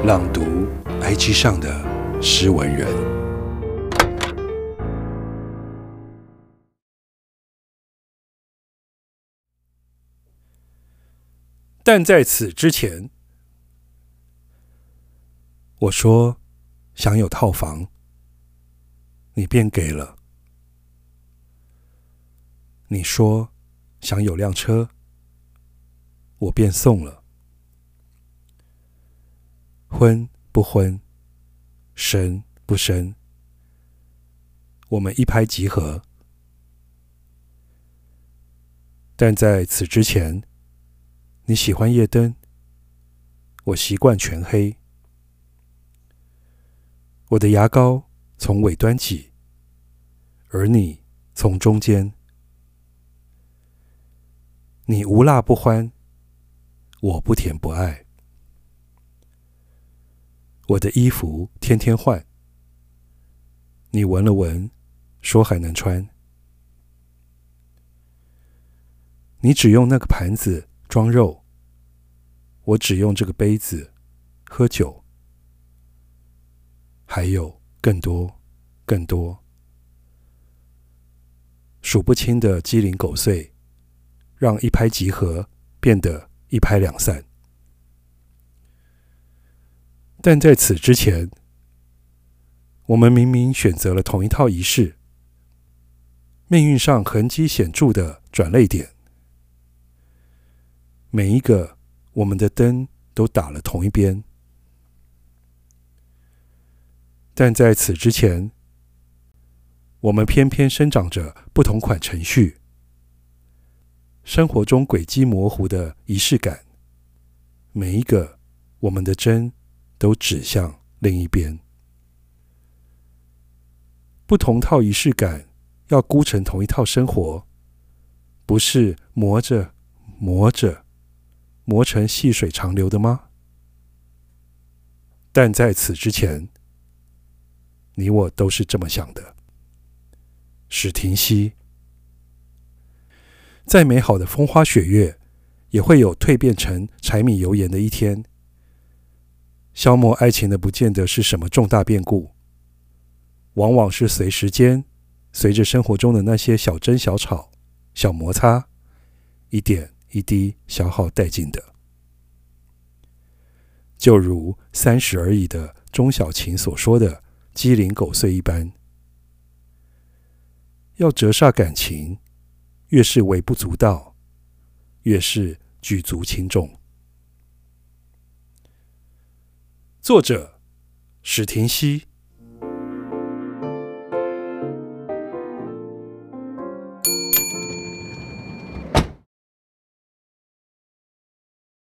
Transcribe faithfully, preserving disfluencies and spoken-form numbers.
朗读 I G 上的诗文人。但在此之前，我说想有套房，你便给了；你说想有辆车，我便送了。婚不婚，生不生，我们一拍即合。但在此之前，你喜欢夜灯，我习惯全黑。我的牙膏从尾端挤，而你从中间。你无辣不欢，我不甜不爱。我的衣服天天换，你闻了闻，说还能穿。你只用那个盘子装肉，我只用这个杯子喝酒。还有更多更多，数不清的鸡零狗碎，让一拍即合变得一拍两散。但在此之前，我们明明选择了同一套仪式，命运上痕迹显著的转捩点，每一个我们的灯都打了同一边。但在此之前，我们偏偏生长着不同款程序，生活中轨迹模糊的仪式感，每一个我们的针都指向另一边。不同套仪式感要箍成同一套生活，不是磨着磨着磨成细水长流的吗？但在此之前，你我都是这么想的。史廷西。再美好的风花雪月，也会有蜕变成柴米油盐的一天。消磨爱情的不见得是什么重大变故，往往是随时间，随着生活中的那些小争小吵、小摩擦，一点一滴消耗殆尽的。就如三十而已的钟小琴所说的鸡零狗碎一般，要折煞感情，越是微不足道，越是举足轻重。作者史廷西。